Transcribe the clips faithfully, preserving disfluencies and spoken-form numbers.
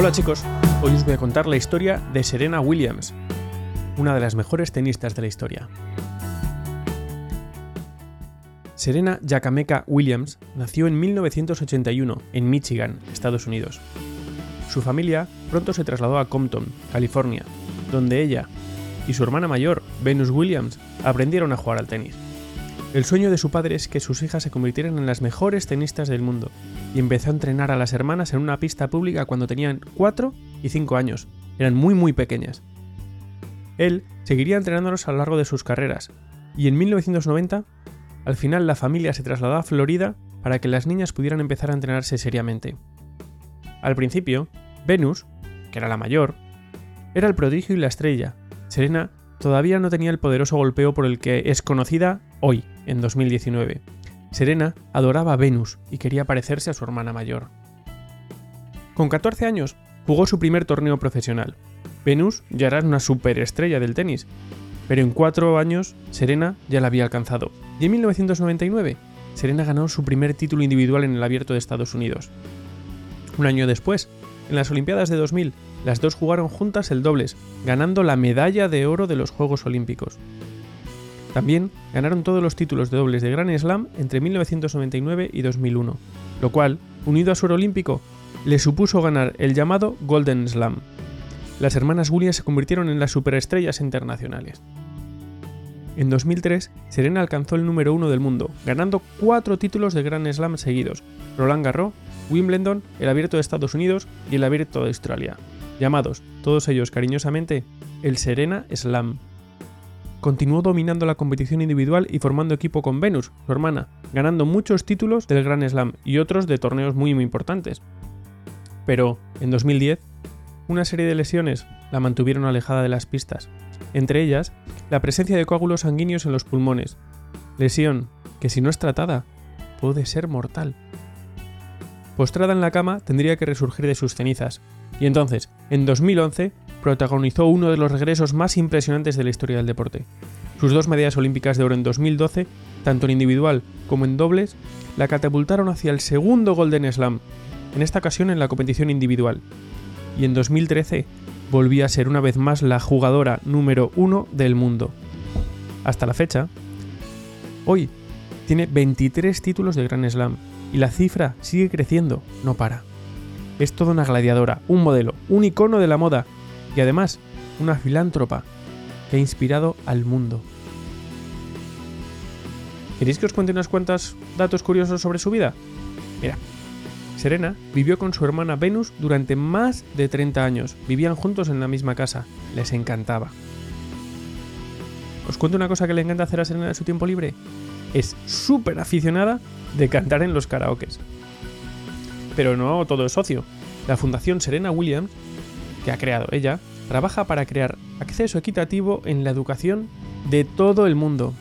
Hola chicos, hoy os voy a contar la historia de Serena Williams, una de las mejores tenistas de la historia. Serena Giacomecca Williams nació en mil novecientos ochenta y uno en Michigan, Estados Unidos. Su familia pronto se trasladó a Compton, California, donde ella y su hermana mayor, Venus Williams, aprendieron a jugar al tenis. El sueño de su padre es que sus hijas se convirtieran en las mejores tenistas del mundo, y empezó a entrenar a las hermanas en una pista pública cuando tenían cuatro y cinco años, eran muy muy pequeñas. Él seguiría entrenándolos a lo largo de sus carreras, y en mil novecientos noventa, al final la familia se trasladó a Florida para que las niñas pudieran empezar a entrenarse seriamente. Al principio, Venus, que era la mayor, era el prodigio y la estrella. Serena todavía no tenía el poderoso golpeo por el que es conocida hoy, en dos mil diecinueve. Serena adoraba a Venus y quería parecerse a su hermana mayor. Con catorce años, jugó su primer torneo profesional. Venus ya era una superestrella del tenis, pero en cuatro años Serena ya la había alcanzado. Y en mil novecientos noventa y nueve, Serena ganó su primer título individual en el Abierto de Estados Unidos. Un año después, en las Olimpiadas de dos mil, las dos jugaron juntas el dobles, ganando la medalla de oro de los Juegos Olímpicos. También ganaron todos los títulos de dobles de Grand Slam entre mil novecientos noventa y nueve y dos mil uno, lo cual, unido a su oro olímpico, le supuso ganar el llamado Golden Slam. Las hermanas Williams se convirtieron en las superestrellas internacionales. En dos mil tres, Serena alcanzó el número uno del mundo, ganando cuatro títulos de Grand Slam seguidos: Roland Garros, Wimbledon, el Abierto de Estados Unidos y el Abierto de Australia, llamados, todos ellos cariñosamente, el Serena Slam. Continuó dominando la competición individual y formando equipo con Venus, su hermana, ganando muchos títulos del Grand Slam y otros de torneos muy muy importantes. Pero, en dos mil diez, una serie de lesiones la mantuvieron alejada de las pistas, entre ellas, la presencia de coágulos sanguíneos en los pulmones, lesión que si no es tratada, puede ser mortal. Postrada en la cama, tendría que resurgir de sus cenizas, y entonces, en dos mil once, protagonizó uno de los regresos más impresionantes de la historia del deporte. Sus dos medallas olímpicas de oro en dos mil doce, tanto en individual como en dobles, la catapultaron hacia el segundo Golden Slam, en esta ocasión en la competición individual. Y en dos mil trece, volvía a ser una vez más la jugadora número uno del mundo. Hasta la fecha, hoy tiene veintitrés títulos de Grand Slam, y la cifra sigue creciendo, no para. Es toda una gladiadora, un modelo, un icono de la moda y además una filántropa que ha inspirado al mundo. ¿Queréis que os cuente unos cuantos datos curiosos sobre su vida? Mira, Serena vivió con su hermana Venus durante más de treinta años. Vivían juntos en la misma casa. Les encantaba. ¿Os cuento una cosa que le encanta hacer a Serena en su tiempo libre? Es súper aficionada de cantar en los karaokes. Pero no todo es ocio. La Fundación Serena Williams, que ha creado ella, trabaja para crear acceso equitativo en la educación de todo el mundo.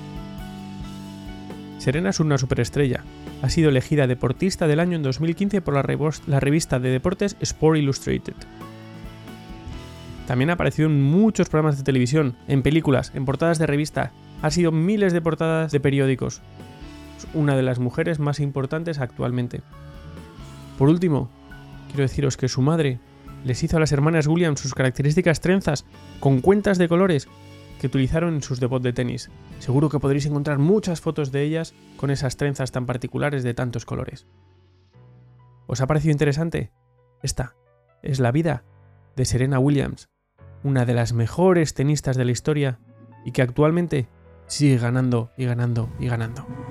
Serena es una superestrella. Ha sido elegida deportista del año en dos mil quince por la, revo- la revista de deportes Sport Illustrated. También ha aparecido en muchos programas de televisión, en películas, en portadas de revista. Ha sido miles de portadas de periódicos. Es una de las mujeres más importantes actualmente. Por último, quiero deciros que su madre les hizo a las hermanas Williams sus características trenzas con cuentas de colores que utilizaron en sus debuts de tenis. Seguro que podréis encontrar muchas fotos de ellas con esas trenzas tan particulares de tantos colores. ¿Os ha parecido interesante? Esta es la vida de Serena Williams, una de las mejores tenistas de la historia y que actualmente sigue ganando y ganando y ganando.